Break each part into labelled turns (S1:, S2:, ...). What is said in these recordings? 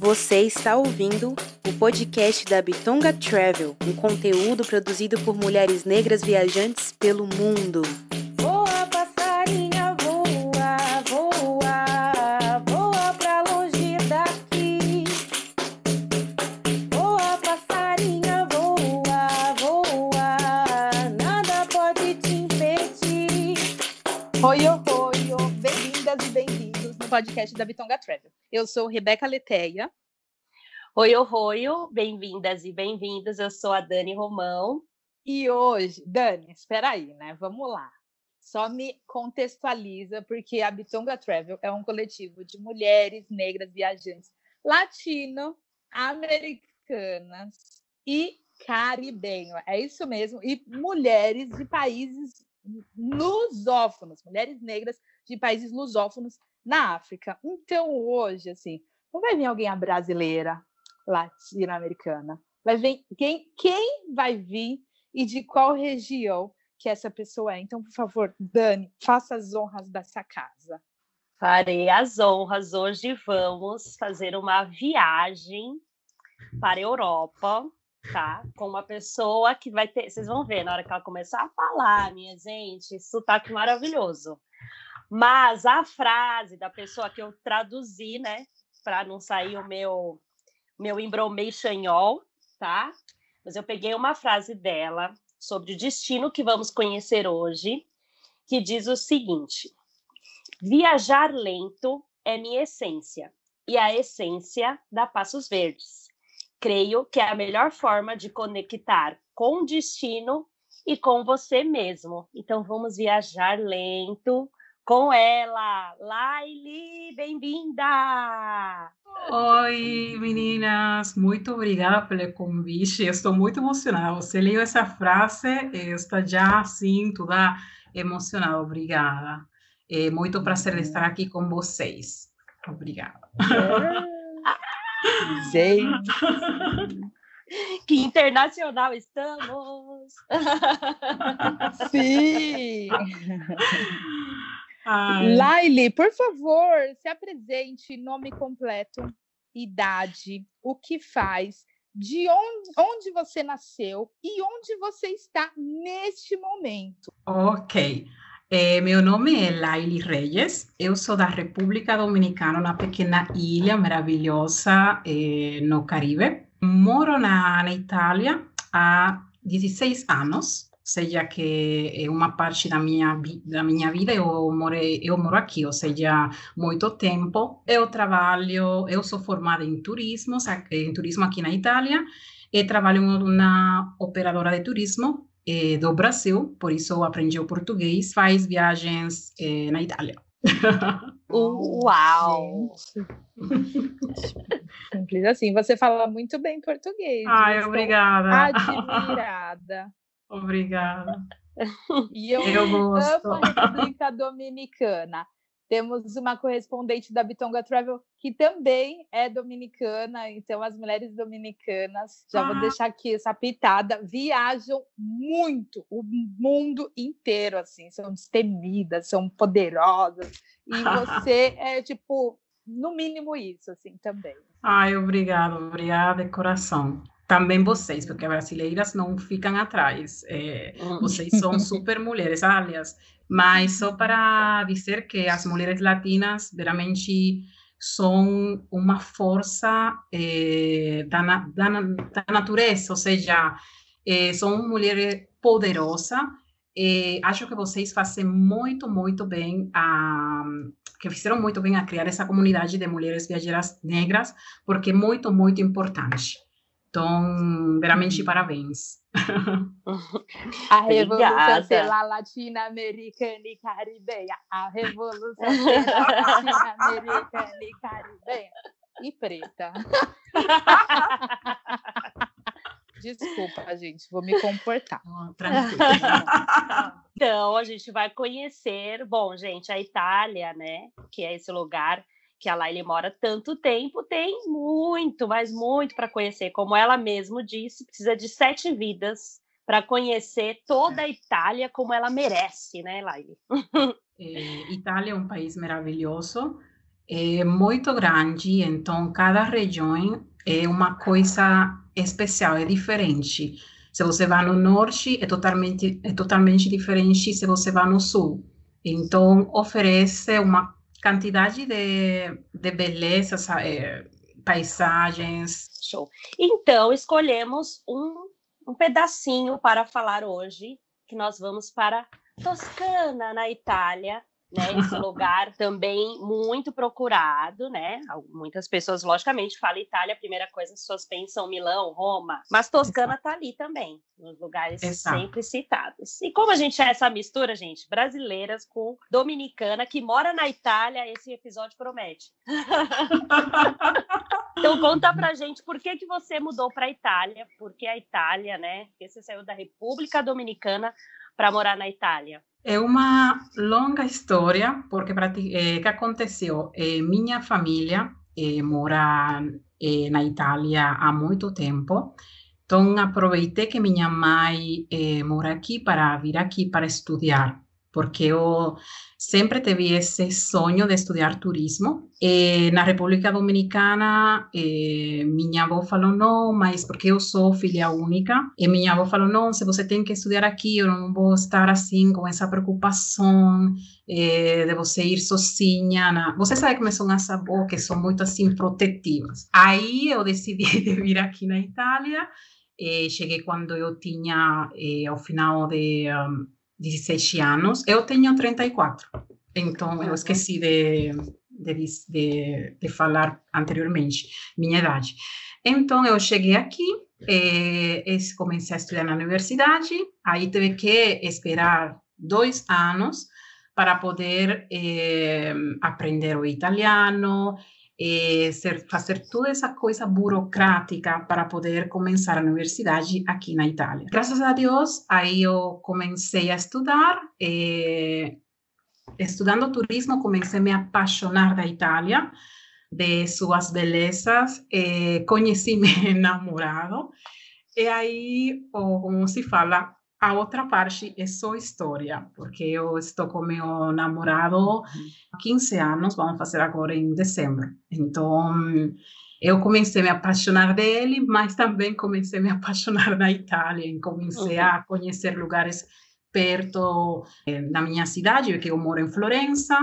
S1: Você está ouvindo o podcast da Bitonga Travel, um conteúdo produzido por mulheres negras viajantes pelo mundo.
S2: Voa, passarinha, voa, voa, voa pra longe daqui. Voa, passarinha, voa, voa, nada pode te impedir.
S3: Oi, bem-vindas e bem-vindos no podcast da Bitonga Travel. Eu sou Rebeca Leteia.
S4: Oi, bem-vindas e bem-vindos. Eu sou a Dani Romão.
S3: E hoje, Dani, espera aí, né? Vamos lá. Só me contextualiza, porque a Bitonga Travel é um coletivo de mulheres negras viajantes latino-americanas e caribenho. É isso mesmo. E mulheres de países lusófonos, mulheres negras de países lusófonos na África. Então, hoje, assim, não vai vir alguém brasileira, latino-americana. Vai vir quem vai vir e de qual região que essa pessoa é. Então, por favor, Dani, faça as honras dessa casa.
S4: Farei as honras. Hoje vamos fazer uma viagem para a Europa, tá? Com uma pessoa que vai ter... Vocês vão ver na hora que ela começar a falar, minha gente, sotaque maravilhoso. Mas a frase da pessoa que eu traduzi, né? Para não sair o meu embromei xanhol, tá? Mas eu peguei uma frase dela sobre o destino que vamos conhecer hoje, que diz o seguinte: viajar lento é minha essência, e a essência dá passos verdes. Creio que é a melhor forma de conectar com o destino e com você mesmo. Então vamos viajar lento com ela. Laili, bem-vinda!
S5: Oi, meninas, muito obrigada pelo convite. Eu estou muito emocionada. Você leu essa frase, eu estou já assim, toda emocionada. Obrigada. É muito prazer estar aqui com vocês. Obrigada.
S3: Gente,
S4: que internacional estamos!
S3: sim! Laili, por favor, se apresente, nome completo, idade, o que faz, de onde você nasceu e onde você está neste momento.
S5: Ok. Meu nome é Laili Reyes, eu sou da República Dominicana, uma pequena ilha maravilhosa no Caribe. Moro na Itália há 16 anos. Seja que é uma parte da minha vida eu moro aqui, ou seja, muito tempo. Eu sou formada em turismo aqui na Itália, e trabalho numa operadora de turismo do Brasil, por isso aprendi o português, faz viagens na Itália.
S4: Uau!
S3: Simples assim, você fala muito bem português.
S5: Ai, obrigada.
S3: Admirada.
S5: Obrigada.
S3: E eu
S5: gosto.
S3: amo a República Dominicana. Temos uma correspondente da Bitonga Travel que também é dominicana, então as mulheres dominicanas, já vou deixar aqui essa pitada, viajam muito, o mundo inteiro, assim, são destemidas, são poderosas, e você é, tipo, no mínimo isso, assim, também.
S5: Ai, obrigada de coração. Também vocês, porque brasileiras não ficam atrás. Vocês são super mulheres, aliás. Mas só para dizer que as mulheres latinas realmente são uma força da natureza, ou seja, são mulheres poderosas. Acho que vocês fazem muito, muito bem que fizeram muito bem a criar essa comunidade de mulheres viajeras negras, porque é muito, muito importante. Então, realmente, parabéns.
S3: A revolução será latino-americana e caribenha. A revolução será latino-americana e caribenha. E preta. Desculpa, gente, vou me comportar.
S5: Tranquilo.
S4: Então, a gente vai conhecer, bom, gente, a Itália, né, que é esse lugar que a Laili mora tanto tempo, tem muito, mas muito para conhecer. Como ela mesma disse, precisa de 7 vidas para conhecer toda a Itália como ela merece, né, Laili?
S5: Itália é um país maravilhoso. é muito grande, então cada região é uma coisa especial, é diferente. Se você vai no norte, é totalmente diferente se você vai no sul. Então, oferece uma quantidade de belezas, paisagens.
S4: Show. Então, escolhemos um pedacinho para falar hoje, que nós vamos para Toscana, na Itália, né? Esse lugar também muito procurado, né? Muitas pessoas, logicamente, falam Itália, a primeira coisa que as pessoas pensam Milão, Roma, mas Toscana está ali também, nos lugares
S5: Exato.
S4: sempre citados. E como a gente é essa mistura, gente, brasileiras com dominicana que mora na Itália, esse episódio promete. Então conta pra gente por que você mudou para a Itália, por que a Itália, né? Porque você saiu da República Dominicana para morar na Itália.
S5: É uma longa história, porque que aconteceu? Minha família mora na Itália há muito tempo, então aproveitei que minha mãe mora aqui para vir aqui para estudar, porque eu sempre tive esse sonho de estudar turismo. Na República Dominicana, minha avó falou não, mas porque eu sou filha única, e minha avó falou não, se você tem que estudar aqui, eu não vou estar assim com essa preocupação de você ir sozinha. Você sabe como são as avós, que são muito assim protetivas. Aí eu decidi de vir aqui na Itália, cheguei quando eu tinha, ao final de 16 anos, eu tenho 34, então eu esqueci de falar anteriormente minha idade. Então eu cheguei aqui, comecei a estudar na universidade, aí tive que esperar 2 anos para poder aprender o italiano, fazer toda essa coisa burocrática para poder começar a universidade aqui na Itália. Graças a Deus, aí eu comecei a estudar, estudando turismo, comecei a me apaixonar da Itália, de suas belezas, conheci meu namorado, e aí, como se fala, a outra parte é só história, porque eu estou com meu namorado há 15 anos, vamos fazer agora em dezembro. Então, eu comecei a me apaixonar dele, mas também comecei a me apaixonar da Itália, e comecei a conhecer lugares perto da minha cidade, porque eu moro em Florença.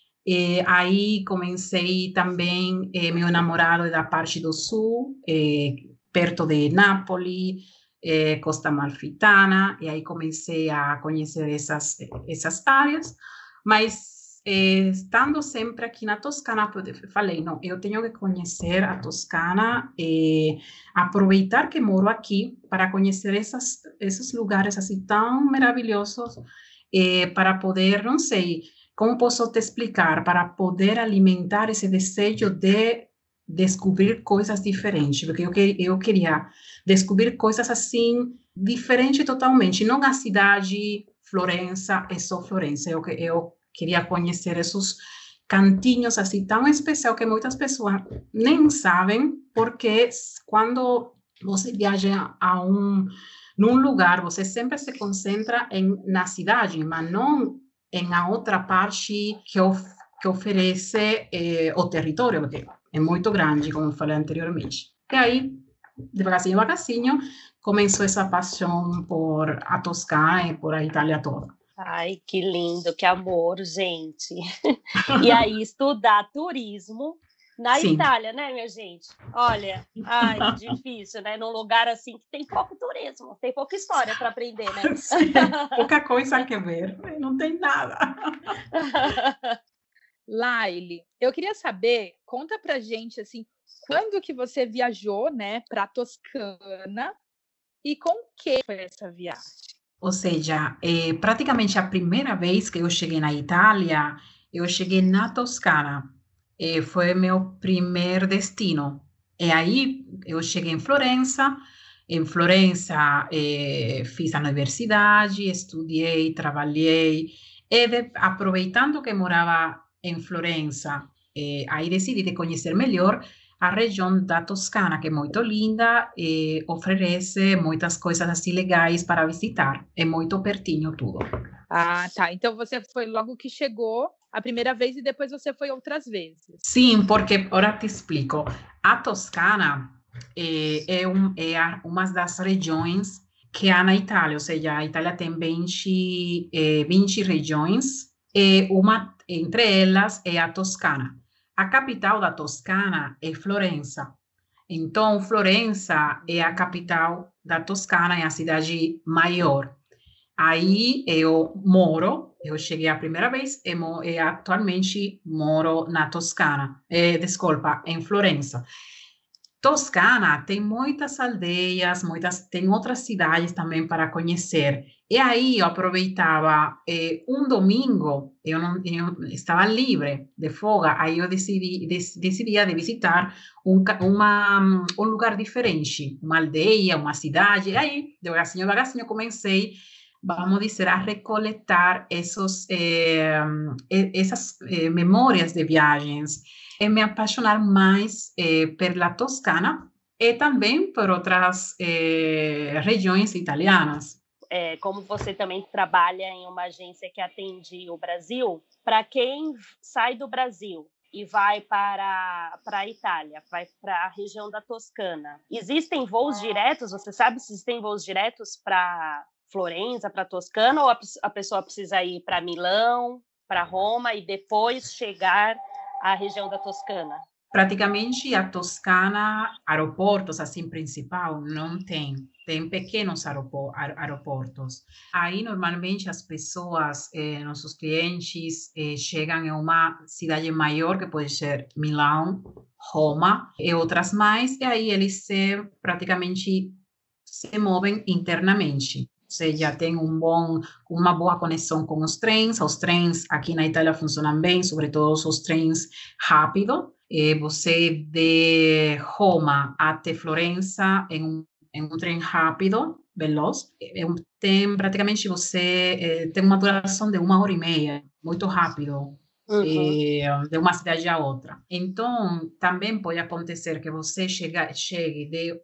S5: E aí comecei também, meu namorado é da parte do sul, perto de Nápoles, Costa Amalfitana, e aí comecei a conhecer essas áreas, mas estando sempre aqui na Toscana, falei, não, eu tenho que conhecer a Toscana e aproveitar que moro aqui para conhecer esses lugares assim tão maravilhosos, para poder, não sei, como posso te explicar, para poder alimentar esse desejo de descobrir coisas diferentes, porque eu queria descobrir coisas assim, diferentes totalmente, não a cidade, Florença, é só Florença, eu queria conhecer esses cantinhos assim, tão especial que muitas pessoas nem sabem, porque quando você viaja num lugar, você sempre se concentra na cidade, mas não em a outra parte que oferece o território, porque é muito grande, como eu falei anteriormente. E aí, devagarzinho, começou essa paixão por a Toscana e por a Itália toda.
S4: Ai, que lindo, que amor, gente. E aí, estudar turismo na
S5: Sim.
S4: Itália, né, minha gente? Olha, ai, difícil, né? Num lugar assim que tem pouco turismo, tem pouca história para aprender, né?
S5: Sim, pouca coisa que ver, não tem nada.
S3: Laile, eu queria saber, conta pra gente assim, quando que você viajou, né, para Toscana e com que foi essa viagem?
S5: Ou seja, praticamente a primeira vez que eu cheguei na Itália, eu cheguei na Toscana. Foi meu primeiro destino. E aí eu cheguei em Florença. Em Florença, fiz a universidade, estudei, trabalhei. E aproveitando que morava em Florença, aí decidi conhecer melhor a região da Toscana, que é muito linda e oferece muitas coisas assim legais para visitar. É muito pertinho tudo.
S3: Ah, tá. Então você foi logo que chegou, a primeira vez e depois você foi outras vezes.
S5: Sim, porque agora te explico. A Toscana é uma das regiões que há na Itália, ou seja, a Itália tem 20 regiões, e uma entre elas é a Toscana. A capital da Toscana é Florença. Então, Florença é a capital da Toscana, é a cidade maior. Aí eu cheguei a primeira vez e atualmente moro na Toscana, desculpa, em Florença. Toscana tem muitas aldeias, tem outras cidades também para conhecer. E aí eu aproveitava um domingo, eu estava livre de folga, aí eu decidia de visitar um lugar diferente, uma aldeia, uma cidade. E aí, devagarzinho, comecei, vamos dizer, a recoletar essas memórias de viagens e me apaixonar mais pela Toscana e também por outras regiões italianas.
S4: Como você também trabalha em uma agência que atende o Brasil, para quem sai do Brasil e vai para a Itália, vai para a região da Toscana, existem voos diretos? Você sabe se existem voos diretos para Florença, para Toscana, ou a pessoa precisa ir para Milão, para Roma e depois chegar à região da Toscana?
S5: Praticamente a Toscana, aeroportos assim principal, não tem. Tem pequenos aeroportos. Aí, normalmente, as pessoas, nossos clientes, chegam em uma cidade maior, que pode ser Milão, Roma e outras mais, e aí eles praticamente se movem internamente. Ou seja, tem uma boa conexão com os trens. Os trens aqui na Itália funcionam bem, sobretudo os trens rápidos. Você de Roma até Florença em um trem rápido, veloz, praticamente você tem uma duração de 1h30, muito rápido, de uma cidade a outra. Então, também pode acontecer que você chegue de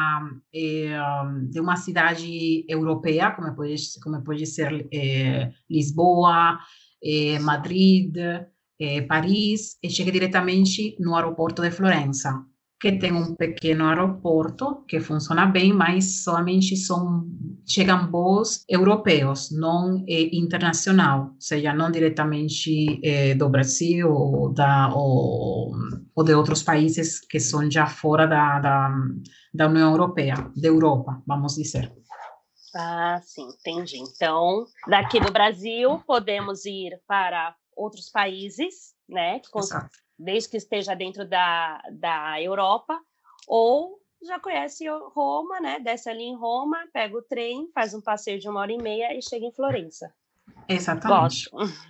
S5: uma cidade europeia, como pode ser Lisboa, Madrid, Paris, e chegue diretamente no aeroporto de Florença, que tem um pequeno aeroporto que funciona bem, mas somente chegam voos europeus, não internacional, ou seja, não diretamente do Brasil ou de outros países que são já fora da União Europeia, da Europa, vamos dizer.
S4: Ah, sim, entendi. Então, daqui do Brasil, podemos ir para outros países, né? Desde que esteja dentro da Europa, ou já conhece Roma, né? Desce ali em Roma, pega o trem, faz um passeio de 1h30 e chega em Florença.
S5: Exatamente.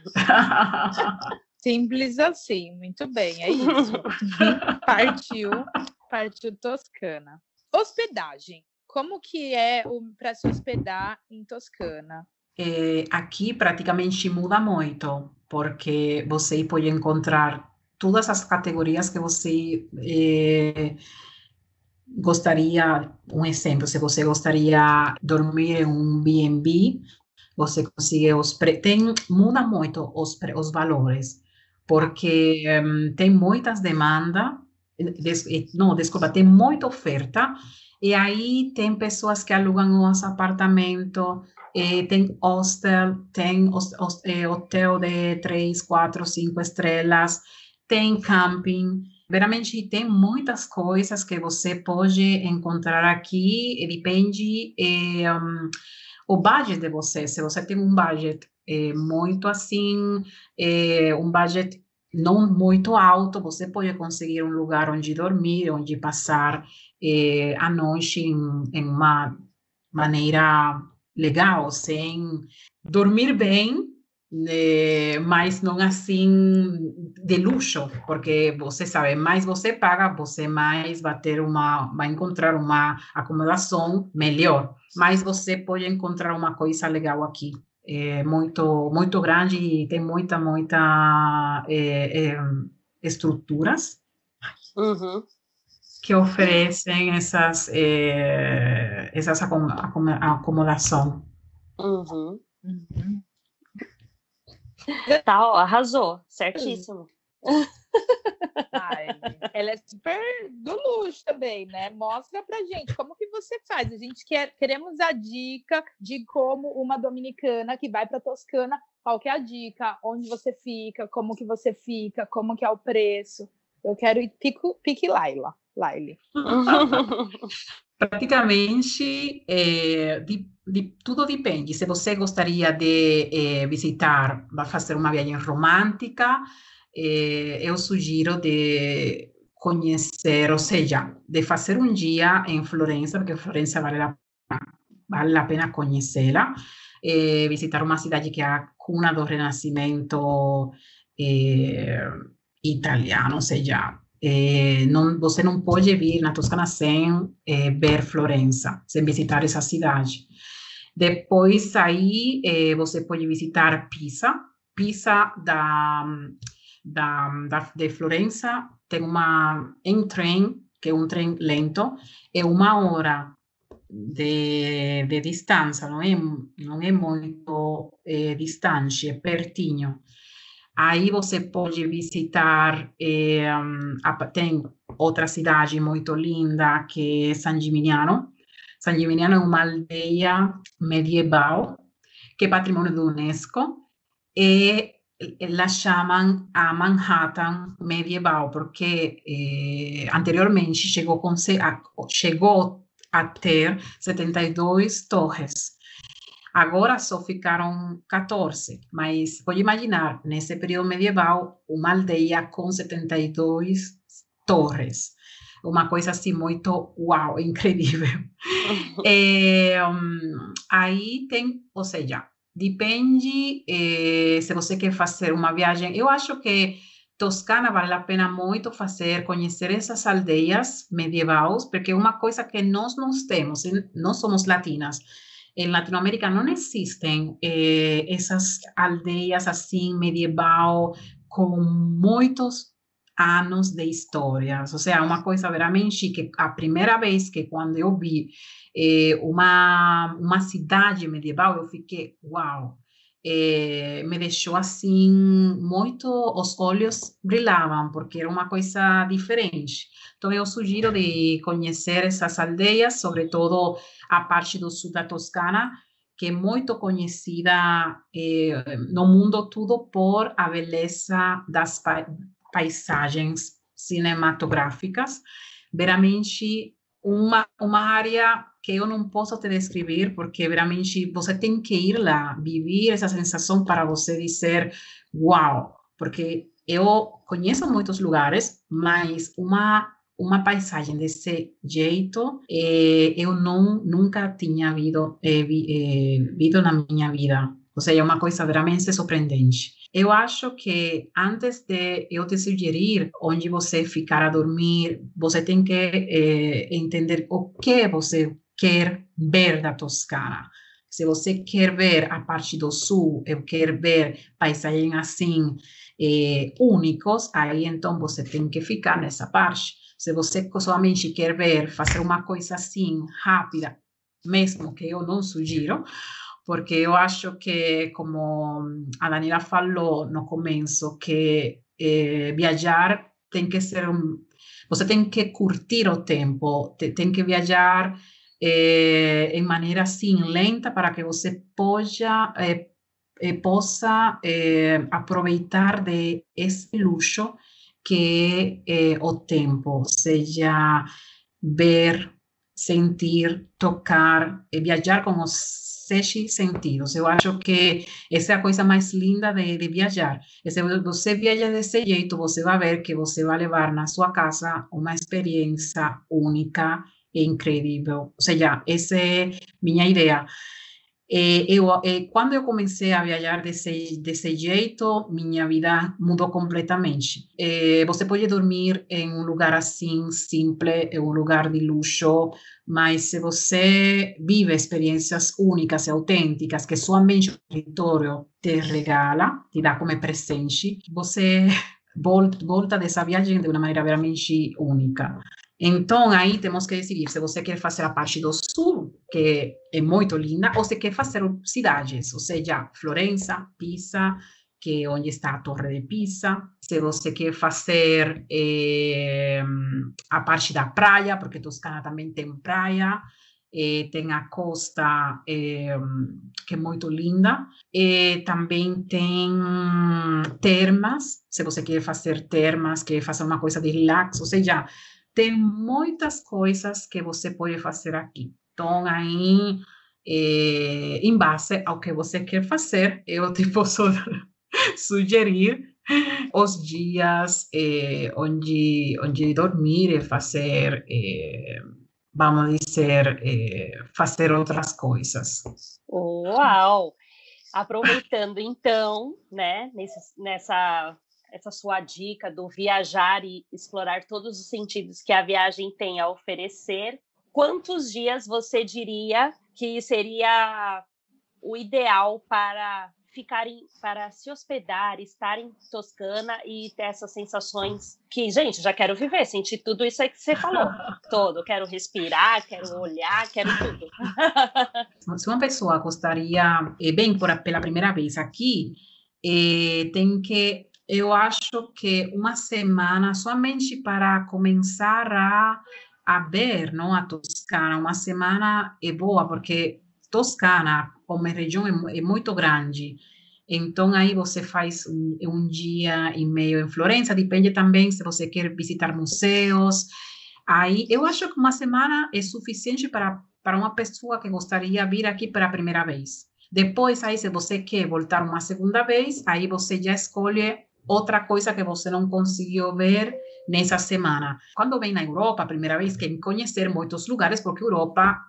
S3: Simples assim, muito bem, é isso. Partiu Toscana. Hospedagem. Como que é para se hospedar em Toscana?
S5: Aqui praticamente muda muito, porque você pode encontrar todas as categorias que você gostaria. Um exemplo, se você gostaria de dormir em um B&B, você consegue muda muito os valores, porque tem muitas demandas, tem muita oferta, e aí tem pessoas que alugam os apartamentos, tem hostel, tem hotel de 3, 4, 5 estrelas, tem camping. Realmente tem muitas coisas que você pode encontrar aqui, e depende o budget de você. Se você tem um budget muito assim, um budget não muito alto, você pode conseguir um lugar onde dormir, onde passar a noite em uma maneira legal, sem dormir bem, mas não assim de luxo, porque você sabe, mais você paga, você mais vai encontrar uma acomodação melhor, mas você pode encontrar uma coisa legal aqui. É muito, muito grande e tem muita estruturas que oferecem essas acomodação.
S4: Tá, ó, arrasou, certíssimo.
S3: Ai, ela é super do luxo também, né? Mostra pra gente como que você faz. A gente queremos a dica de como uma dominicana que vai pra Toscana, qual que é a dica, onde você fica, como que você fica, como que é o preço. Eu quero ir pique Laile.
S5: Praticamente, tudo depende. Se você gostaria de visitar, vai fazer uma viagem romântica, eu sugiro de conhecer, ou seja, de fazer um dia em Florença, porque Florença vale a pena conhecê-la, visitar uma cidade que é a cuna do Renascimento italiano, ou seja, você não pode vir na Toscana sem ver Florença, sem visitar essa cidade. Depois aí você pode visitar Pisa. Pisa de Florença tem em trem, que é um trem lento, é 1 hora de distância, não é muito distante, é pertinho. Aí você pode visitar, tem outra cidade muito linda que é San Gimignano. San Gimignano é uma aldeia medieval que é patrimônio da Unesco e la chamam a Manhattan medieval porque anteriormente chegou a ter 72 torres. Agora só ficaram 14, mas pode imaginar, nesse período medieval, uma aldeia com 72 torres. Uma coisa assim muito, uau, incrível. Aí tem, ou seja, depende se você quer fazer uma viagem. Eu acho que Toscana vale a pena muito conhecer essas aldeias medievais, porque é uma coisa que nós não temos, nós somos latinas. Em Latinoamérica não existem essas aldeias assim medieval com muitos anos de história. Ou seja, uma coisa veramente que a primeira vez que quando eu vi uma cidade medieval, eu fiquei, uau, me deixou assim muito, os olhos brilhavam, porque era uma coisa diferente. Então, eu sugiro de conhecer essas aldeias, sobretudo a parte do sul da Toscana, que é muito conhecida no mundo todo por a beleza das paisagens cinematográficas. Veramente, uma área que eu não posso te descrever, porque veramente você tem que ir lá, viver essa sensação para você dizer, uau, porque eu conheço muitos lugares, mas uma paisagem desse jeito eu nunca tinha visto na minha vida. Ou seja, é uma coisa realmente surpreendente. Eu acho que antes de eu te sugerir onde você ficar a dormir, você tem que entender o que você quer ver da Toscana. Se você quer ver a parte do sul, eu quero ver paisagens assim únicos, aí então você tem que ficar nessa parte. Se você somente quer fazer uma coisa assim rápida, mesmo que eu não sugiro, porque eu acho que, como a Daniela falou no começo, que viajar tem que ser você tem que curtir o tempo, tem que viajar em maneira assim lenta para que você possa aproveitar de esse luxo que é o tempo, seja ver, sentir, tocar, viajar com os 6 sentidos. Eu acho que essa é a coisa mais linda de viajar. Se você viaja desse jeito, você vai ver que você vai levar na sua casa uma experiência única e incrível. Ou seja, essa é minha ideia. Quando eu comecei a viajar desse jeito, minha vida mudou completamente. Você pode dormir em um lugar assim, simples, em um lugar de luxo, mas se você vive experiências únicas e autênticas que somente o território te regala, te dá como presente, você volta dessa viagem de uma maneira realmente única. Então, aí temos que decidir se você quer fazer a parte do sul, que é muito linda, ou se quer fazer cidades, ou seja, Florença, Pisa, que é onde está a Torre de Pisa. Se você quer fazer a parte da praia, porque Toscana também tem praia, tem a costa, que é muito linda. Também tem termas, se você quer fazer termas, quer fazer uma coisa de relax, ou seja, tem muitas coisas que você pode fazer aqui. Então, aí, em base ao que você quer fazer, eu te posso sugerir os dias onde dormir e fazer, vamos dizer, fazer outras coisas.
S4: Uau! Aproveitando, então, né, essa sua dica do viajar e explorar todos os sentidos que a viagem tem a oferecer, quantos dias você diria que seria o ideal para para se hospedar, estar em Toscana e ter essas sensações que, gente, já quero viver, sentir tudo isso aí que você falou, todo, quero respirar, quero olhar, quero tudo.
S5: Se uma pessoa gostaria, bem, pela primeira vez aqui, eu acho que uma semana somente para começar a ver, não, a Toscana, uma semana é boa, porque Toscana, como região, é muito grande. Então, aí você faz um dia e meio em Florença, depende também se você quer visitar museus. Aí, eu acho que uma semana é suficiente para uma pessoa que gostaria de vir aqui pela primeira vez. Depois, aí, se você quer voltar uma segunda vez, aí você já escolhe outra coisa que você não conseguiu ver nessa semana. Quando vem na Europa, a primeira vez, quer conhecer muitos lugares, porque a Europa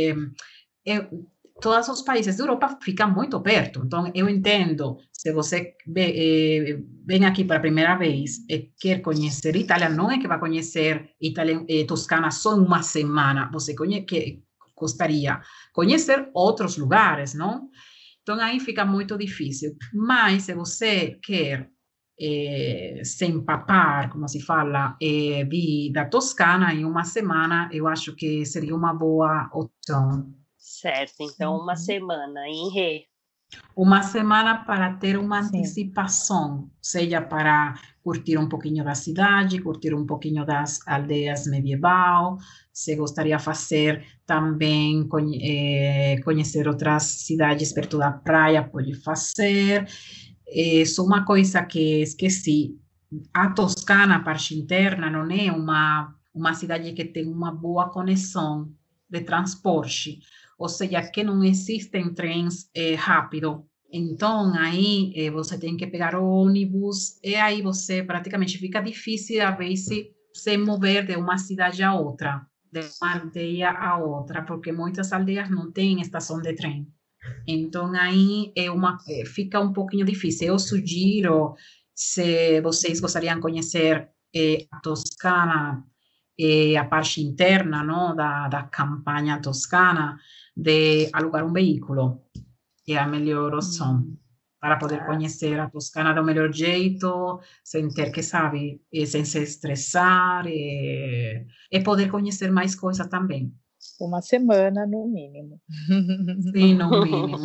S5: todos os países da Europa ficam muito perto. Então, eu entendo, se você vem aqui pela primeira vez e quer conhecer Itália, não é que vai conhecer Itália, Toscana só em uma semana. Você gostaria de conhecer outros lugares, não? Então, aí fica muito difícil. Mas, se você quer se empapar, como se fala, da Toscana em uma semana, eu acho que seria uma boa opção.
S4: Certo, então uma semana em Rê.
S5: Uma semana para ter uma antecipação, seja para curtir um pouquinho da cidade, curtir um pouquinho das aldeias medieval, se gostaria de fazer também, conhecer outras cidades perto da praia, pode fazer. Só uma coisa que esqueci, a Toscana, a parte interna, não é uma cidade que tem uma boa conexão de transporte, ou seja, que não existem trens rápido. Então, aí você tem que pegar ônibus, e aí você praticamente fica difícil, às vezes, se mover de uma cidade a outra, de uma aldeia a outra, porque muitas aldeias não têm estação de trem. Então, aí fica um pouquinho difícil. Eu sugiro, se vocês gostariam de conhecer a Toscana, a parte interna, não, da campanha toscana, de alugar um veículo, é a melhor opção, para poder conhecer a Toscana do melhor jeito, sem ter que, sabe, sem se estressar, e poder conhecer mais coisas também.
S3: Uma semana, no mínimo.
S5: Sim, no mínimo.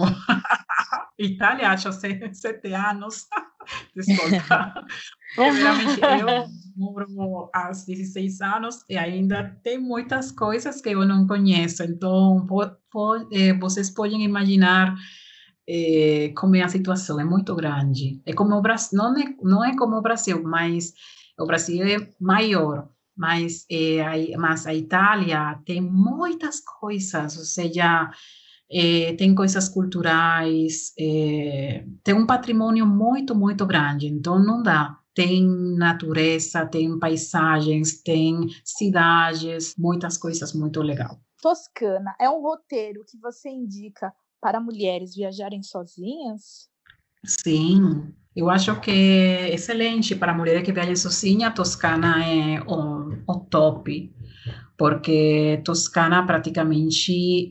S5: Itália, acho 7 anos. Desculpa. Primeiramente, eu moro há 16 anos e ainda tem muitas coisas que eu não conheço. Então, vocês podem imaginar como é a situação. É muito grande. É como o Brasil, não é como o Brasil, mas o Brasil é maior. Mas a Itália tem muitas coisas, ou seja, tem coisas culturais, tem um patrimônio muito, muito grande, então não dá. Tem natureza, tem paisagens, tem cidades, muitas coisas muito legais.
S3: Toscana é um roteiro que você indica para mulheres viajarem sozinhas?
S5: Sim, eu acho que é excelente para mulheres que viajam sozinhas. Toscana é o top, porque Toscana praticamente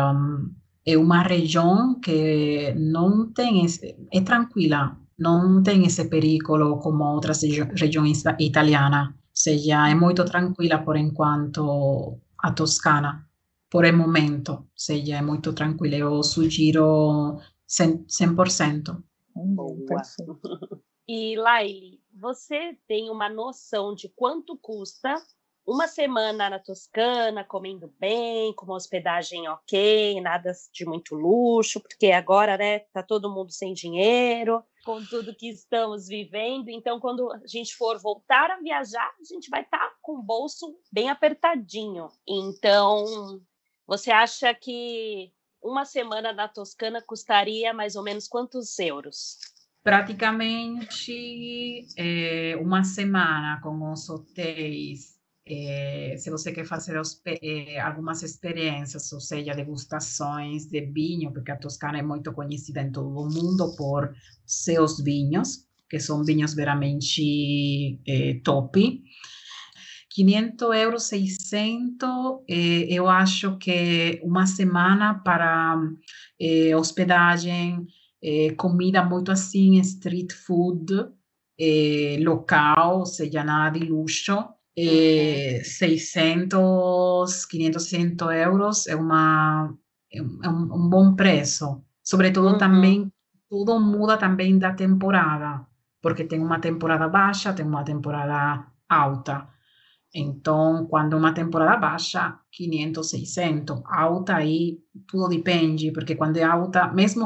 S5: é uma região que não tem, é tranquila, não tem esse perigo como outras regiões italianas, ou seja, é muito tranquila por enquanto a Toscana, por el momento, ou seja, é muito tranquila, eu sugiro 100%.
S4: Boa.
S3: Perfeito.
S4: E, Laile, você tem uma noção de quanto custa uma semana na Toscana, comendo bem, com uma hospedagem ok, nada de muito luxo, porque agora, né, tá todo mundo sem dinheiro, com tudo que estamos vivendo. Então, quando a gente for voltar a viajar, a gente vai estar com o bolso bem apertadinho. Então, você acha que uma semana na Toscana custaria mais ou menos quantos euros?
S5: Praticamente uma semana com os hotéis. Se você quer fazer algumas experiências, ou seja, degustações de vinho, porque a Toscana é muito conhecida em todo o mundo por seus vinhos, que são vinhos veramente top. 500 euros, 600, eu acho que uma semana para hospedagem, comida muito assim, street food, local, ou seja, nada de luxo. 600, 500, 600 euros é um bom preço. Sobretudo também, tudo muda também da temporada, porque tem uma temporada baixa, tem uma temporada alta. Então, quando uma temporada baixa, 500, 600. Alta aí, tudo depende, porque quando é alta, mesmo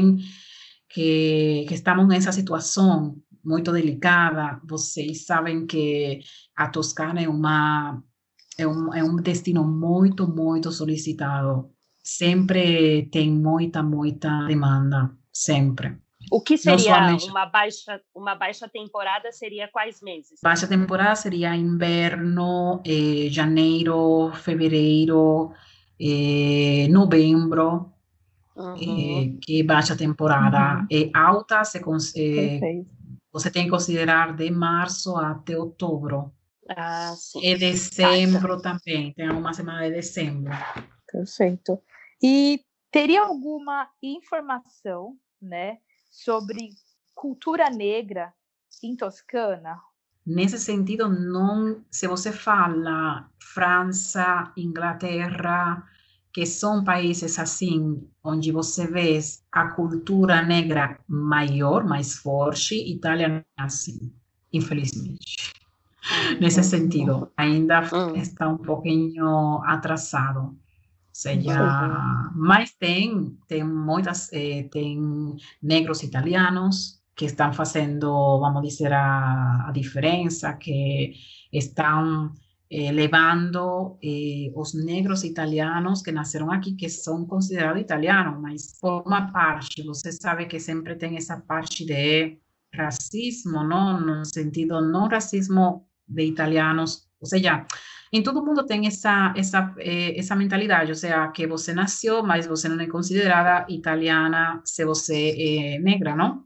S5: que estamos nessa situação muito delicada, vocês sabem que a Toscana é um destino muito, muito solicitado. Sempre tem muita, muita demanda, sempre.
S4: O que
S5: Não
S4: seria
S5: somente
S4: uma baixa temporada? Seria quais meses?
S5: baixa temporada seria inverno, janeiro, fevereiro, novembro, que é baixa temporada. Alta,
S3: Perfeito.
S5: você tem que considerar de março até outubro.
S4: Ah, sim.
S5: E dezembro também, tem uma semana de dezembro.
S3: Perfeito. E teria alguma informação, né, sobre cultura negra em Toscana?
S5: Nesse sentido, não, se você fala França, Inglaterra, que são países assim, onde você vê a cultura negra maior, mais forte, Itália não é assim, infelizmente. Nesse sentido, ainda está um pouquinho atrasado. Ou seja, mas tem muitas, tem negros italianos que estão fazendo, vamos dizer, a diferença, que estão levando os negros italianos que nasceram aqui, que são considerados italianos, mas por uma parte, você sabe que sempre tem essa parte de racismo, não? No sentido, não racismo de italianos, ou seja, em todo mundo tem essa mentalidade, ou seja, que você nasceu, mas você não é considerada italiana se você é negra, não?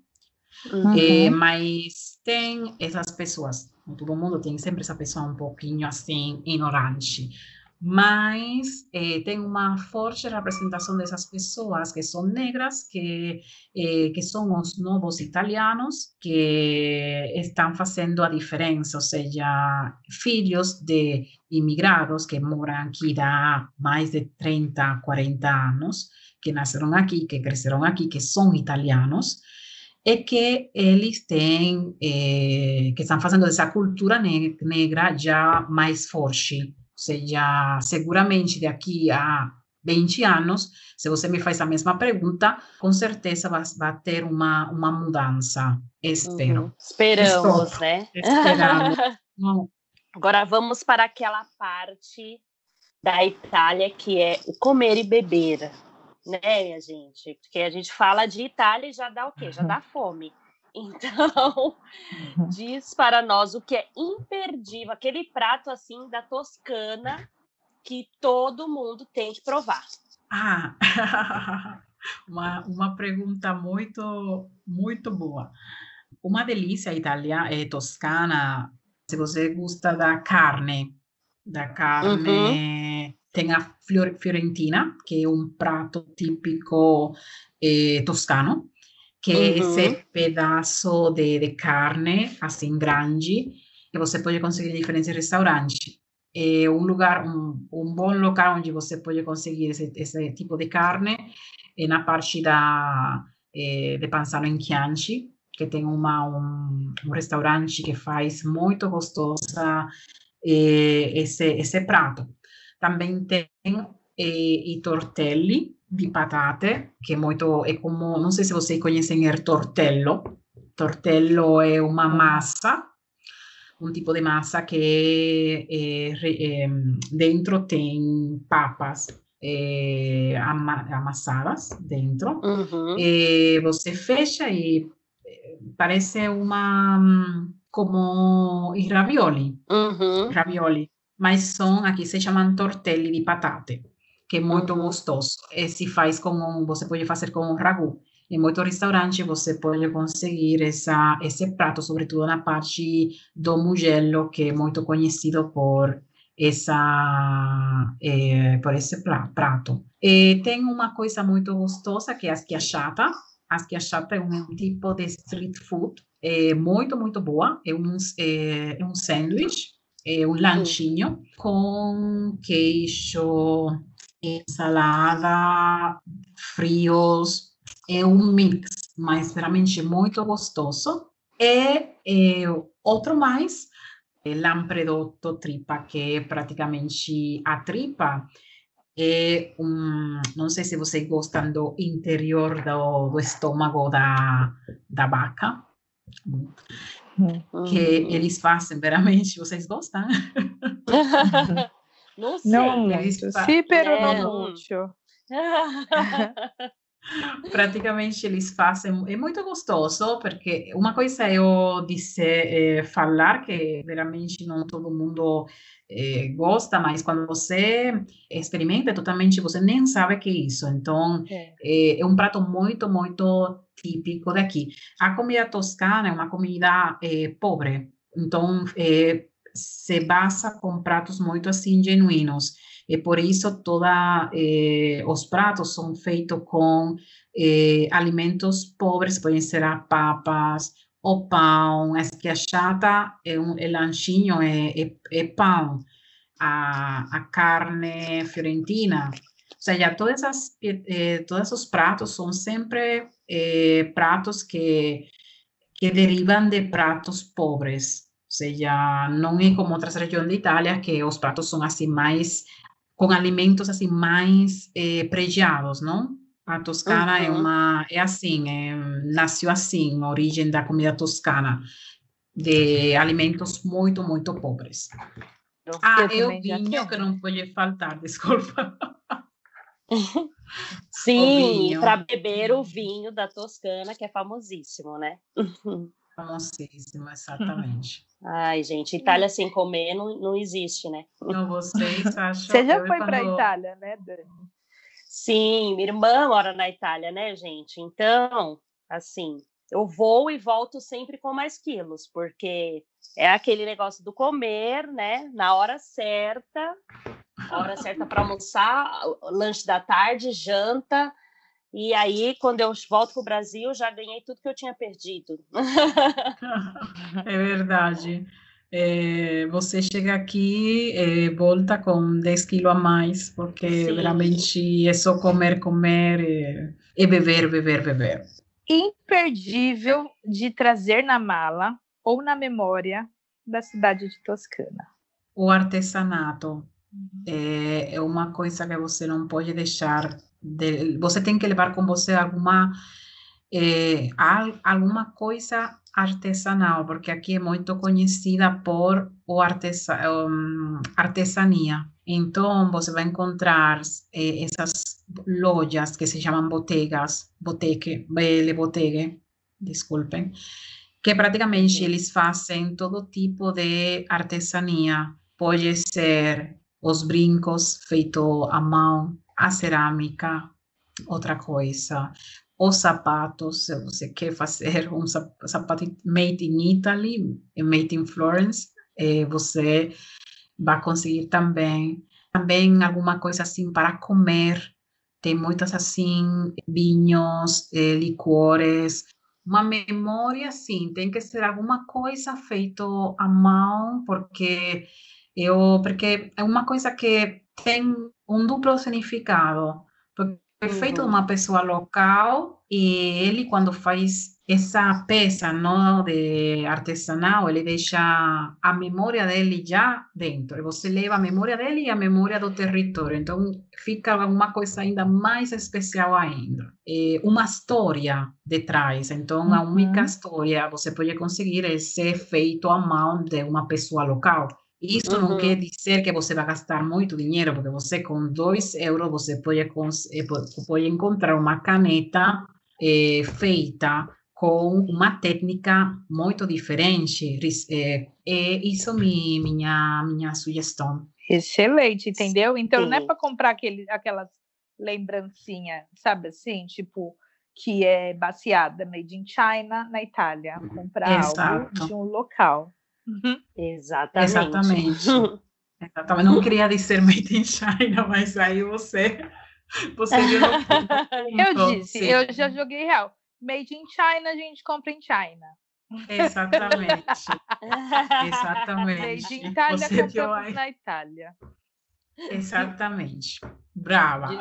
S5: Mas tem essas pessoas, todo mundo tem sempre essa pessoa um pouquinho assim, ignorante. Mas tem uma forte representação dessas pessoas que são negras, que são os novos italianos, que estão fazendo a diferença, ou seja, filhos de imigrados que moram aqui há mais de 30, 40 anos, que nasceram aqui, que cresceram aqui, que são italianos, e que eles têm, que estão fazendo essa cultura negra já mais forte. Ou seja, seguramente daqui a 20 anos, se você me faz a mesma pergunta, com certeza vai ter uma mudança. Espero.
S4: Esperamos, né?
S5: Esperamos.
S4: Agora vamos para aquela parte da Itália que é o comer e beber, né, minha gente? Porque a gente fala de Itália e já dá o quê? Já dá fome. Então, diz para nós o que é imperdível, aquele prato assim da Toscana que todo mundo tem que provar.
S5: Uma pergunta muito, muito boa. Uma delícia italiana, toscana, se você gosta da carne, tem a fiorentina, que é um prato típico toscano, que é esse pedaço de carne, assim, grande, que você pode conseguir em diferentes restaurantes. É um bom local onde você pode conseguir esse tipo de carne, na parte de Panzano em Chianti, que tem um restaurante que faz muito gostosa esse prato. Também tem i tortelli di patate, que é como, não sei se vocês conhecem o tortello. Tortello é uma massa, um tipo de massa que dentro tem papas amassadas dentro.
S4: Uhum.
S5: Você fecha e parece como i ravioli,
S4: Uhum.
S5: mas são, aqui se chamam tortelli di patate, que é muito
S4: Uhum.
S5: gostoso. Se faz você pode fazer com um ragu. Em muito restaurante você pode conseguir esse prato, sobretudo na parte do Mugello, que é muito conhecido por esse prato. Tem uma coisa muito gostosa que é a schiacciata. A schiacciata é um tipo de street food muito, muito boa. É um sanduíche, um lanchinho com queijo, ensalada, frios. É um mix, mas realmente muito gostoso. Outro mais, lampredotto tripa, que é praticamente a tripa. Não sei se vocês gostam do interior do estômago da vaca, que eles fazem, veramente, vocês gostam?
S4: Não sei.
S3: Não
S5: Eles
S3: muito. Sì, però
S4: É,
S3: non mucho.
S5: praticamente eles fazem, é muito gostoso, porque uma coisa é eu dizer, falar que veramente não todo mundo gosta, mas quando você experimenta totalmente, você nem sabe que é isso. Então, é um prato muito, muito típico daqui. A comida toscana é uma comida pobre, então se basa com pratos muito assim genuínos. E por isso os pratos são feitos com alimentos pobres, podem ser as papas, o pão, a schiacciata é lanchinho, é pão, a carne fiorentina. Ou seja, todos os pratos são sempre pratos que derivam de pratos pobres. Ou seja, não é como outras regiões da Itália, que os pratos são assim mais com alimentos assim mais pregiados, não? A Toscana é assim, nasceu assim, a origem da comida toscana, de alimentos muito, muito pobres.
S3: Eu
S5: o
S3: também já
S5: vinho, que não pode faltar, desculpa.
S4: Sim, para beber o vinho da Toscana, que é famosíssimo, né?
S5: Famosíssimo, exatamente.
S4: Ai, gente, Itália sem comer não existe, né?
S5: Então, vocês acham...
S3: Você já foi para a Itália, né, Dani?
S4: Sim, minha irmã mora na Itália, né, gente? Então, assim, eu vou e volto sempre com mais quilos, porque é aquele negócio do comer, né, na hora certa para almoçar, lanche da tarde, janta, e aí, quando eu volto para o Brasil, já ganhei tudo que eu tinha perdido.
S5: É verdade. Você chega aqui, volta com 10 quilos a mais, porque
S4: Sim.
S5: realmente é só comer, comer e beber, beber, beber.
S3: Imperdível de trazer na mala ou na memória da cidade de Toscana.
S5: O artesanato é uma coisa que você não pode deixar. Você tem que levar com você alguma coisa artesanal, porque aqui é muito conhecida por artesania. Então, você vai encontrar essas lojas que se chamam botteghe, desculpem, que praticamente eles fazem todo tipo de artesania. Pode ser os brincos feitos à mão, a cerâmica, outra coisa. Os sapatos, se você quer fazer um sapato made in Italy, made in Florence, você vai conseguir também. Também alguma coisa assim para comer. Tem muitas assim, vinhos, licores. Uma memória, sim, tem que ser alguma coisa feita à mão, porque é uma coisa que tem um duplo significado. Porque é feito de uma pessoa local e ele, quando faz essa peça, não, de artesanal, ele deixa a memória dele já dentro. E você leva a memória dele e a memória do território. Então, fica uma coisa ainda mais especial ainda. Uma história detrás. Então, a única história você pode conseguir é ser feito à mão de uma pessoa local. Isso não quer dizer que você vai gastar muito dinheiro, porque você com 2 euros você pode encontrar uma caneta feita com uma técnica muito diferente. Isso é minha sugestão.
S3: Excelente, entendeu? Então não é
S4: Sim.
S3: para comprar aquelas lembrancinhas, sabe assim, tipo, que é baseada made in China na Itália. Comprar algo
S5: Exato.
S3: de um local.
S4: Exatamente.
S5: Exatamente. Não queria dizer made in China, mas aí você viu no ponto.
S3: Eu disse,
S5: Sim.
S3: eu já joguei real. Made in China, a gente compra em China.
S5: Exatamente.
S3: Made
S5: Exatamente.
S3: in Itália,
S5: Você viu
S3: compramos
S5: aí?
S3: na Itália.
S5: Exatamente. Brava.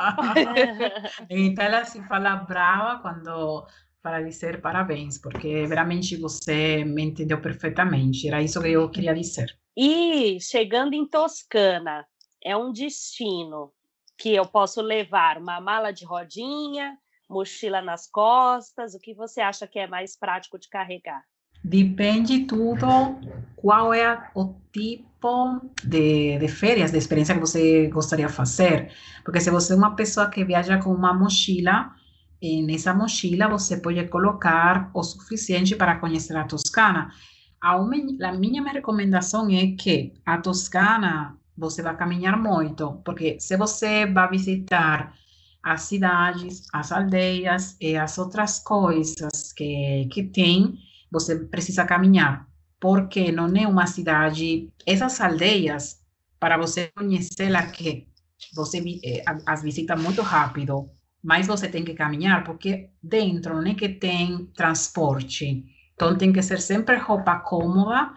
S5: Em Itália se fala brava para dizer parabéns, porque realmente você me entendeu perfeitamente. Era isso que eu queria dizer.
S4: E chegando em Toscana, é um destino que eu posso levar uma mala de rodinha, mochila nas costas. O que você acha que é mais prático de carregar?
S5: Depende tudo qual é o tipo de férias, de experiência que você gostaria de fazer. Porque se você é uma pessoa que viaja com uma mochila, nessa mochila você pode colocar o suficiente para conhecer a Toscana. A minha recomendação é que a Toscana você vai caminhar muito, porque se você vai visitar as cidades, as aldeias e as outras coisas que tem, você precisa caminhar, porque não é uma cidade. Essas aldeias, para você conhecê-las, que você as visita muito rápido, mas você tem que caminhar, porque dentro não é que tem transporte. Então, tem que ser sempre roupa cômoda,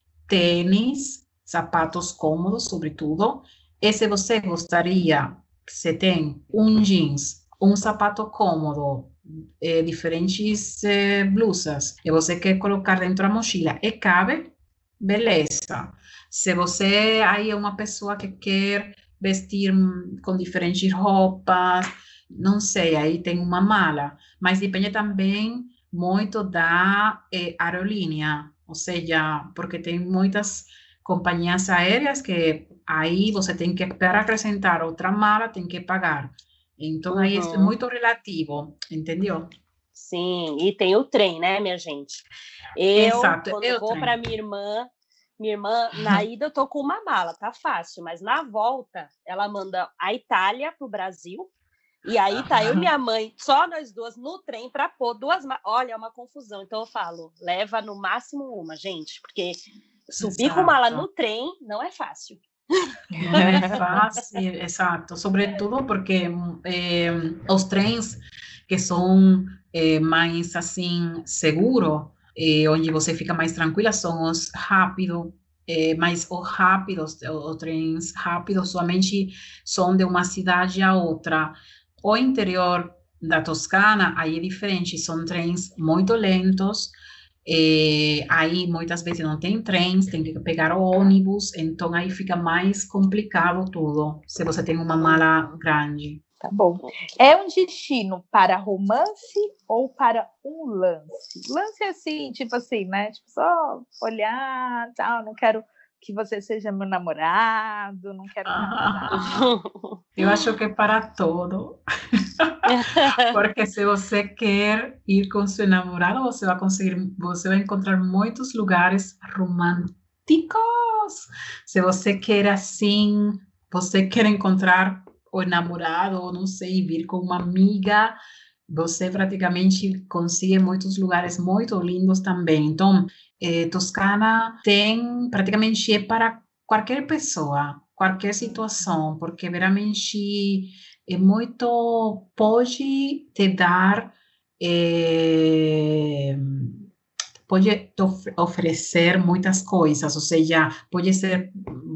S5: tênis, sapatos cômodos, sobretudo. E se você gostaria, você tem um jeans, um sapato cômodo, diferentes blusas, e você quer colocar dentro da mochila e cabe, beleza. Se você aí é uma pessoa que quer vestir com diferentes roupas, não sei, aí tem uma mala, mas depende também muito da aerolínea, ou seja, porque tem muitas companhias aéreas que aí você tem que, para acrescentar outra mala, tem que pagar. Então, aí isso é muito relativo, entendeu?
S4: Sim, e tem o trem, né, minha gente? Eu,
S5: Exato,
S4: quando
S5: é o
S4: vou
S5: trem.
S4: para minha irmã, na ida eu tô com uma mala, tá fácil, mas na volta ela manda a Itália pro Brasil, e aí tá eu e minha mãe, só nós duas no trem para pôr 2 malas. Olha, é uma confusão. Então eu falo, leva no máximo uma, gente, porque subir com mala no trem não é fácil.
S5: Não é fácil, exato. Sobretudo porque os trens que são mais assim seguros, onde você fica mais tranquila, são os rápidos. Mas os trens rápidos somente são de uma cidade a outra. O interior da Toscana, aí é diferente, são trens muito lentos. Aí muitas vezes não tem trens, tem que pegar o ônibus, então aí fica mais complicado tudo, se você tem uma mala grande.
S3: Tá bom. É um destino para romance ou para um lance? Lance é assim, tipo assim, né? Tipo, só olhar, tal, não quero que você seja meu namorado, não quero nada.
S5: Eu acho que é para todo. Porque se você quer ir com seu namorado, você vai encontrar muitos lugares românticos. Se você quer assim, você quer encontrar o namorado, ou não sei, vir com uma amiga, você praticamente consegue muitos lugares muito lindos também. Então, Toscana tem praticamente é para qualquer pessoa, qualquer situação, porque realmente é muito, pode te dar, pode te oferecer muitas coisas, ou seja, pode ser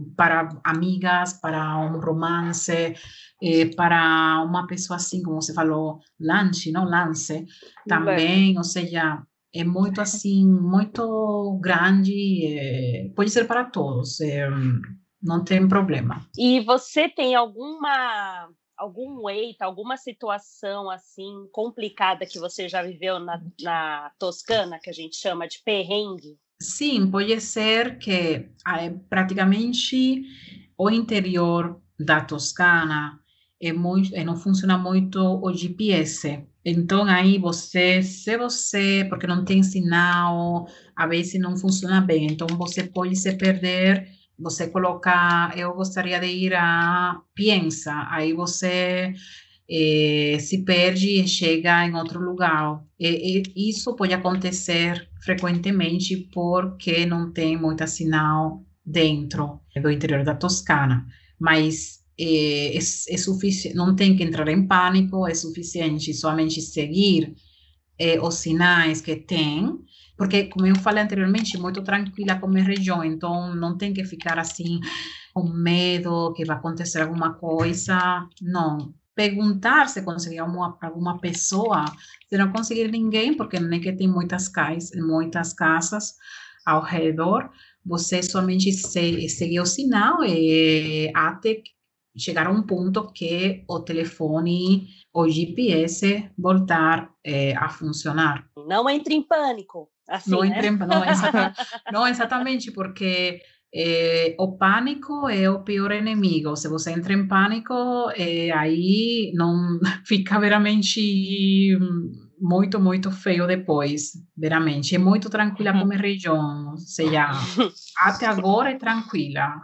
S5: para amigas, para um romance, para uma pessoa assim, como você falou, lance, não lance, também, ou seja, é muito assim, muito grande, pode ser para todos, não tem problema.
S4: E você tem algum eita, alguma situação assim complicada que você já viveu na Toscana, que a gente chama de perrengue?
S5: Sim, pode ser que praticamente o interior da Toscana não funciona muito o GPS. Então, aí porque não tem sinal, a vezes não funciona bem. Então, você pode se perder, você colocar, eu gostaria de ir a Piensa, aí você se perde e chega em outro lugar. Isso pode acontecer frequentemente porque não tem muita sinal dentro do interior da Toscana, mas é suficiente, não tem que entrar em pânico, é suficiente somente seguir os sinais que tem, porque, como eu falei anteriormente, muito tranquila como região, então não tem que ficar assim com medo que vai acontecer alguma coisa, não. Perguntar se conseguir alguma pessoa, se não conseguir ninguém, porque não é que tem muitas casas ao redor, você somente seguir o sinal até chegar a um ponto que o telefone, o GPS voltar a funcionar.
S4: Não entre em pânico, assim,
S5: Não
S4: né?
S5: entre não exatamente, porque o pânico é o pior inimigo. Se você entra em pânico, aí não fica veramente muito, muito feio depois, veramente. É muito tranquila como região, ou seja, até agora é tranquila.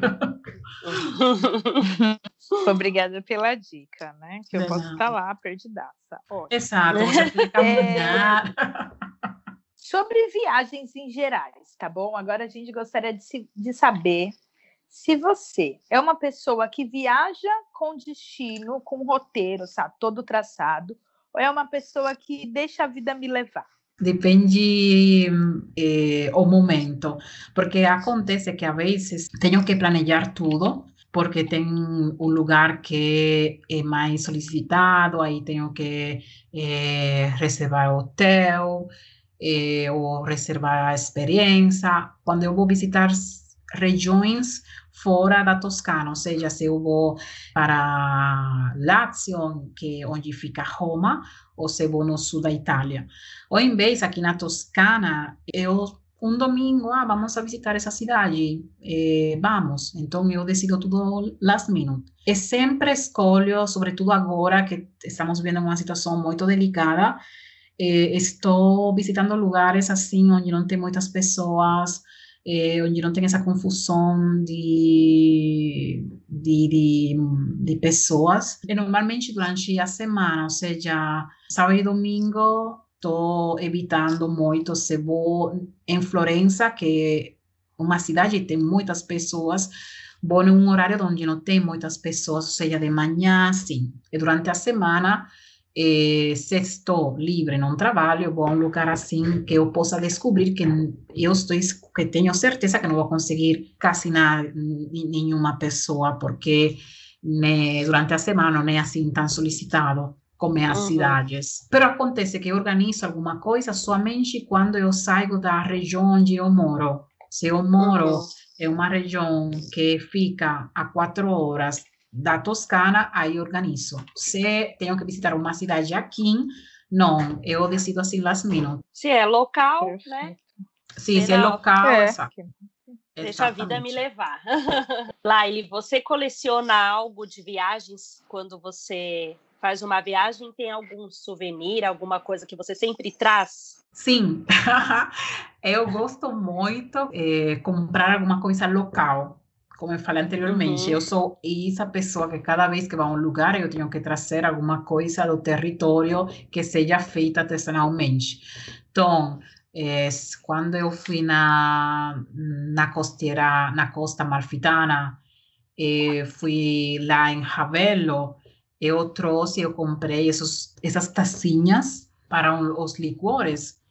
S3: Obrigada pela dica, né? Que eu posso estar lá perdidaça. Ótimo.
S5: Exato, você pode caminhar.
S3: Sobre viagens em gerais, tá bom? Agora a gente gostaria de saber se você é uma pessoa que viaja com destino, com roteiro, sabe, todo traçado, ou é uma pessoa que deixa a vida me levar?
S5: Depende o momento, porque acontece que a vezes tenho que planejar tudo, porque tem um lugar que é mais solicitado, aí tenho que reservar hotel, ou reservar a experiência. Quando eu vou visitar regiões fora da Toscana, ou seja, se eu vou para Lazio, que é onde fica Roma, ou se vou no sul da Itália. Ou em vez, aqui na Toscana, um domingo, vamos a visitar essa cidade, vamos. Então, eu decido tudo last minute. E sempre escolho, sobretudo agora que estamos vivendo uma situação muito delicada, estou visitando lugares assim, onde não tem muitas pessoas, onde não tem essa confusão de pessoas. E normalmente durante a semana, ou seja, sábado e domingo, estou evitando muito. Se vou em Florença, que é uma cidade que tem muitas pessoas, vou em um horário onde não tem muitas pessoas, ou seja, de manhã, sim. E durante a semana, se estou livre, não trabalho, eu vou a um lugar assim que eu possa descobrir que que tenho certeza que não vou conseguir quase nenhuma pessoa, porque durante a semana não é assim tão solicitado como as cidades. Pero acontece que eu organizo alguma coisa somente quando eu saio da região onde eu moro. Se eu moro em uma região que fica a 4 horas da Toscana, aí organizo. Se tenho que visitar uma cidade aqui, não, eu decido assim last minute.
S4: Se é local, né?
S5: Sim, se é local, exato.
S4: Deixa a vida me levar. Laili, você coleciona algo de viagens quando você faz uma viagem? Tem algum souvenir, alguma coisa que você sempre traz?
S5: Sim, eu gosto muito de comprar alguma coisa local. Como eu falei anteriormente, eu sou essa pessoa que cada vez que vou a um lugar, eu tenho que trazer alguma coisa do território que seja feita artesanalmente. Então, quando eu fui na Costa Amalfitana, fui lá em Ravello, eu comprei essas tacinhas para os licores.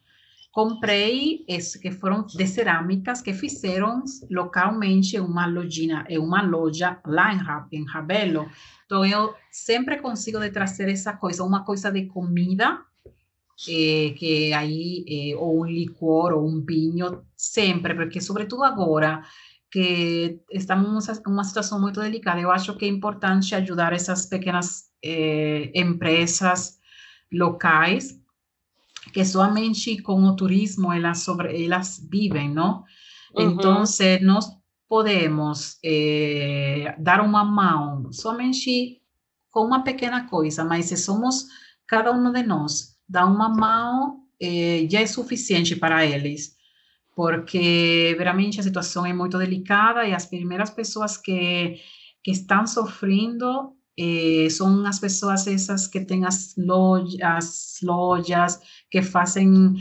S5: comprei esse que foram de cerâmicas que fizeram localmente em uma loja lá em Rabelo. Então, eu sempre consigo de trazer essa coisa, uma coisa de comida, que aí, ou um licor, ou um vinho, sempre, porque sobretudo agora, que estamos em uma situação muito delicada, eu acho que é importante ajudar essas pequenas empresas locais, que somente com o turismo elas vivem, não? Então, nós podemos dar uma mão somente com uma pequena coisa, mas se somos cada um de nós, dar uma mão já é suficiente para eles, porque realmente a situação é muito delicada e as primeiras pessoas que estão sofrendo são as pessoas essas que têm as lojas que fazem,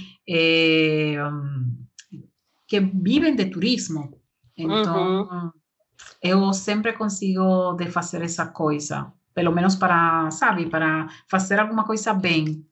S5: que vivem de turismo. Então, eu sempre consigo de fazer essa coisa, pelo menos para, sabe, para fazer alguma coisa bem.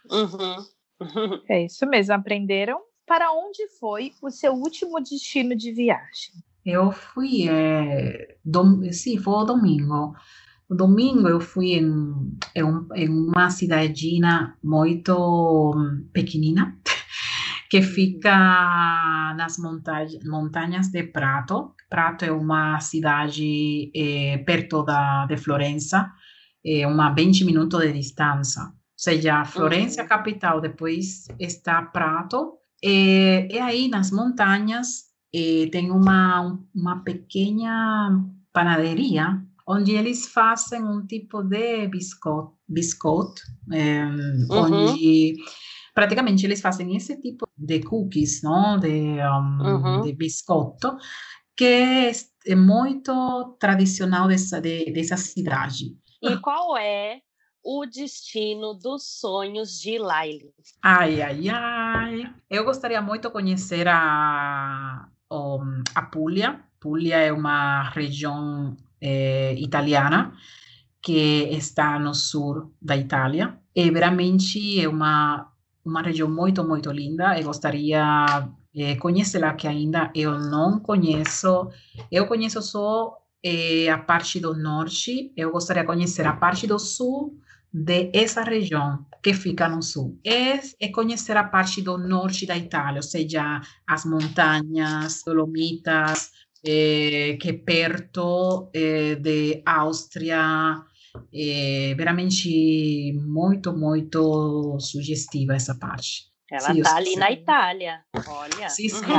S3: É isso mesmo, aprenderam. Para onde foi o seu último destino de viagem?
S5: Eu fui, sim, foi o domingo. O domingo eu fui em uma cidadinha muito pequenina, que fica nas montanhas de Prato. Prato é uma cidade perto de Florença, uma 20 minutos de distância. Ou seja, Florença é a capital, depois está Prato, e aí nas montanhas tem uma pequena panaderia, onde eles fazem um tipo de biscoito, onde praticamente eles fazem esse tipo de cookies, não? De biscoito, que é muito tradicional dessa cidade.
S4: E qual é o destino dos sonhos de Laily?
S5: Ai, ai, ai. Eu gostaria muito de conhecer a Puglia. Puglia é uma região italiana que está no sul da Itália. E veramente é uma região muito, muito linda. Eu gostaria de conhecê-la, que ainda eu não conheço. Eu conheço só a parte do norte. Eu gostaria de conhecer a parte do sul dessa região que fica no sul. É conhecer a parte do norte da Itália, ou seja, as montanhas, Dolomitas, que é perto de Áustria. Veramente muito, muito sugestiva essa parte.
S4: Ela está ali na Itália, olha.
S5: Sim, sim.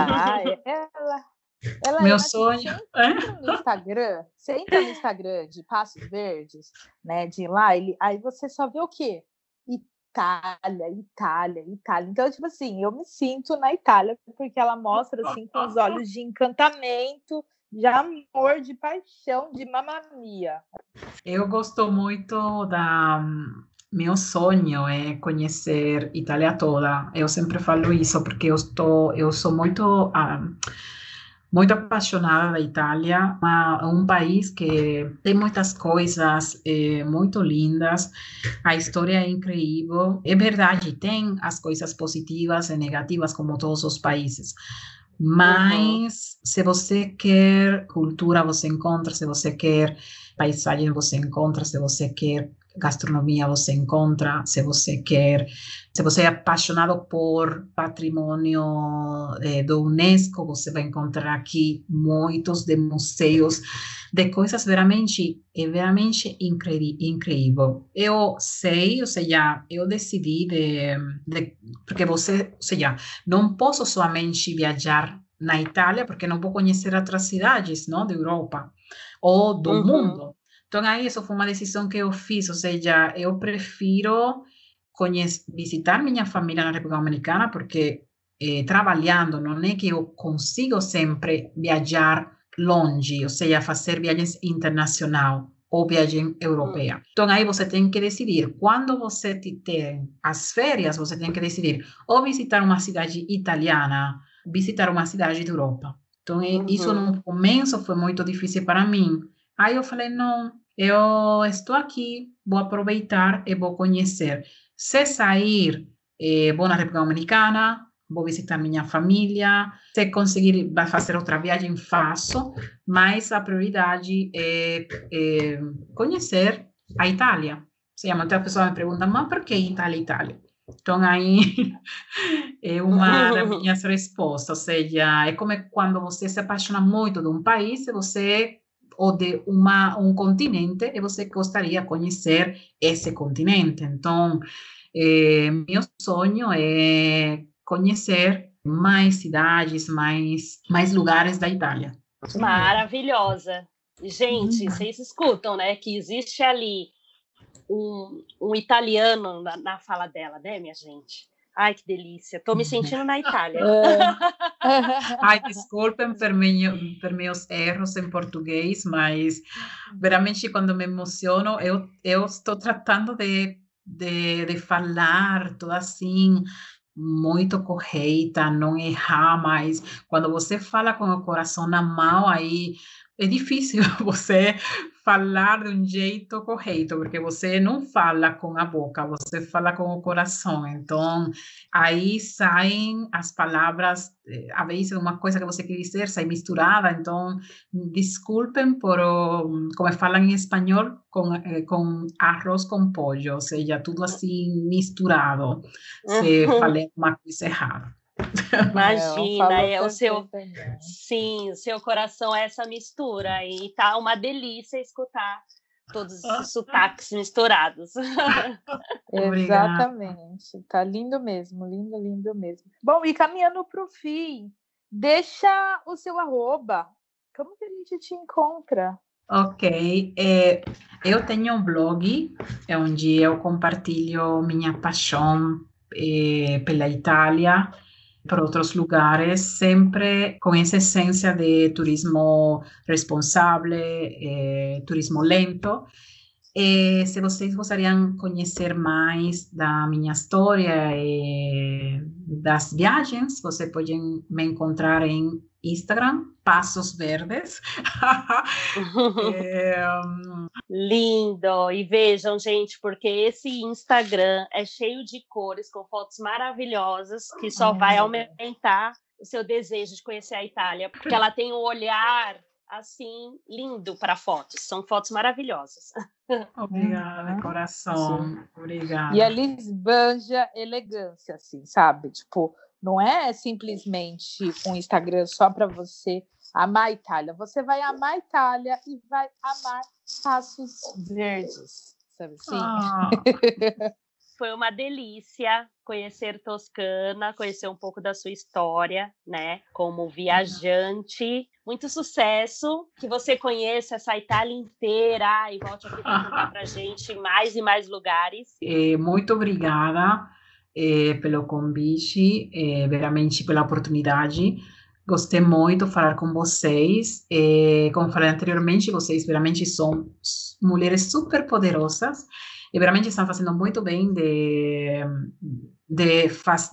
S3: Ela
S5: Meu sonho.
S3: Você entra no Instagram de Passos Verdes, né, de Laily, aí você só vê o quê? Itália, Itália, Itália. Então, tipo assim, eu me sinto na Itália, porque ela mostra, assim, com os olhos de encantamento, de amor, de paixão, de Mamma Mia.
S5: Eu gosto muito meu sonho é conhecer Itália toda. Eu sempre falo isso porque eu sou muito muito apaixonada da Itália. É um país que tem muitas coisas muito lindas. A história é incrível. É verdade, tem as coisas positivas e negativas como todos os países. Mas se você quer cultura, você encontra. Se você quer paisagem, você encontra. Se você quer gastronomia, você encontra. Se você é apaixonado por patrimônio do Unesco, você vai encontrar aqui muitos de museus, de coisas veramente incrível. Eu sei, ou seja, eu decidi porque ou seja, não posso somente viajar na Itália, porque não vou conhecer outras cidades, não, da Europa ou do mundo. Então, aí, isso foi uma decisão que eu fiz, ou seja, eu prefiro visitar minha família na República Dominicana, porque trabalhando, não é que eu consigo sempre viajar longe, ou seja, fazer viagens internacionais ou viagem europeia. Então, aí você tem que decidir, quando você tem as férias, você tem que decidir ou visitar uma cidade italiana, visitar uma cidade da Europa. Então, isso no começo foi muito difícil para mim. Aí eu falei, não, eu estou aqui, vou aproveitar e vou conhecer. Se sair, vou na República Dominicana, vou visitar minha família. Se conseguir fazer outra viagem, faço, mas a prioridade é conhecer a Itália. Muita pessoa me pergunta, mas por que Itália, Itália? Então, aí é uma das minhas respostas, ou seja, é como quando você se apaixona muito de um país, ou de um continente, e você gostaria de conhecer esse continente. Então, meu sonho é conhecer mais cidades, mais lugares da Itália.
S4: Maravilhosa. Gente, vocês escutam, né, que existe ali um italiano na fala dela, né, minha gente? Ai, que delícia. Estou me sentindo na Itália.
S5: Ai, desculpem por meus erros em português, mas veramente quando me emociono, eu estou tratando de falar tudo assim, muito correta, não errar, mas quando você fala com o coração na mão, aí é difícil você falar de um jeito correto, porque você não fala com a boca, você fala com o coração. Então, aí saem as palavras, às vezes uma coisa que você quer dizer sai misturada. Então, desculpem por como falam em espanhol, com arroz com pollo, ou seja, tudo assim misturado. Se falei uma coisa errada.
S4: Imagina, sim, o seu coração é essa mistura e tá uma delícia escutar todos esses sotaques misturados.
S3: Exatamente, tá lindo mesmo, lindo, lindo mesmo. Bom, e caminhando para o fim, deixa o seu @, como que a gente te encontra?
S5: Ok, eu tenho um blog onde eu compartilho minha paixão pela Itália, por outros lugares, sempre com essa essência de turismo responsável, turismo lento. E se vocês gostariam de conhecer mais da minha história e das viagens, vocês podem me encontrar em Instagram, Passos Verdes.
S4: Lindo! E vejam, gente, porque esse Instagram é cheio de cores, com fotos maravilhosas, que só vai aumentar o seu desejo de conhecer a Itália, porque ela tem um olhar, assim, lindo para fotos. São fotos maravilhosas.
S5: Obrigada, coração. Obrigada.
S3: E ela esbanja elegância, assim, sabe? Tipo, não é simplesmente um Instagram só para você amar a Itália. Você vai amar a Itália e vai amar Passos Verdes, sabe assim?
S4: Foi uma delícia conhecer Toscana, conhecer um pouco da sua história, né? Como viajante. Muito sucesso, que você conheça essa Itália inteira e volte aqui para contar para a gente mais e mais lugares.
S5: Muito obrigada pelo convite, veramente pela oportunidade. Gostei muito de falar com vocês. Como falei anteriormente, vocês veramente são mulheres super poderosas e veramente estão fazendo muito bem de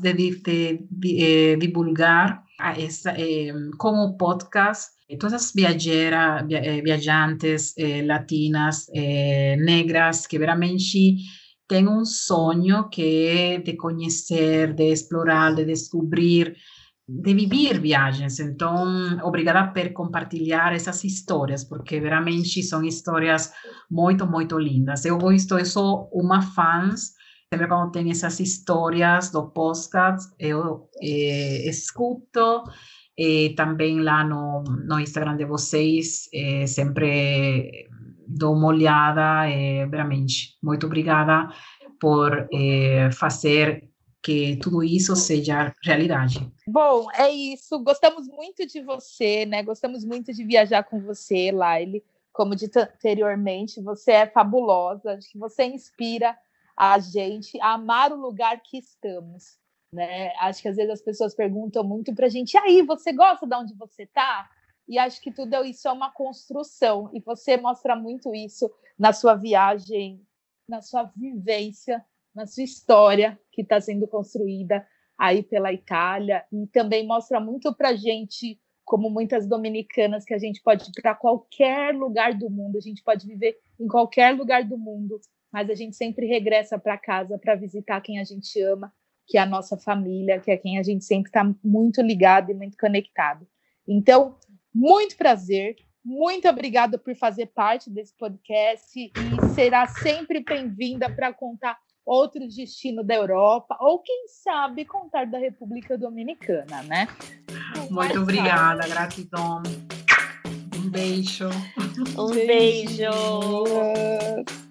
S5: divulgar com o podcast todas as viajantes latinas, negras, que veramente têm um sonho que é de conhecer, de explorar, de descobrir, de viver viagens. Então, obrigada por compartilhar essas histórias, porque veramente são histórias muito, muito lindas. Eu sou uma fã, sempre quando tem essas histórias do podcast, eu escuto, e também lá no Instagram de vocês, sempre dou uma olhada, veramente. Muito obrigada por fazer que tudo isso seja realidade.
S3: Bom, é isso. Gostamos muito de você, né? Gostamos muito de viajar com você, Laile. Como dito anteriormente, você é fabulosa. Acho que você inspira a gente a amar o lugar que estamos, né? Acho que às vezes as pessoas perguntam muito para a gente: e aí, você gosta de onde você está? E acho que tudo isso é uma construção. E você mostra muito isso na sua viagem, na sua vivência, na sua história que está sendo construída aí pela Itália, e também mostra muito para a gente, como muitas dominicanas, que a gente pode ir para qualquer lugar do mundo, a gente pode viver em qualquer lugar do mundo, mas a gente sempre regressa para casa para visitar quem a gente ama, que é a nossa família, que é quem a gente sempre está muito ligado e muito conectado. Então, muito prazer, muito obrigada por fazer parte desse podcast e será sempre bem-vinda para contar outros destinos da Europa, ou quem sabe contar da República Dominicana, né?
S5: Muito obrigada, gratidão. Um beijo.
S4: Um beijo.
S3: Beijinhos.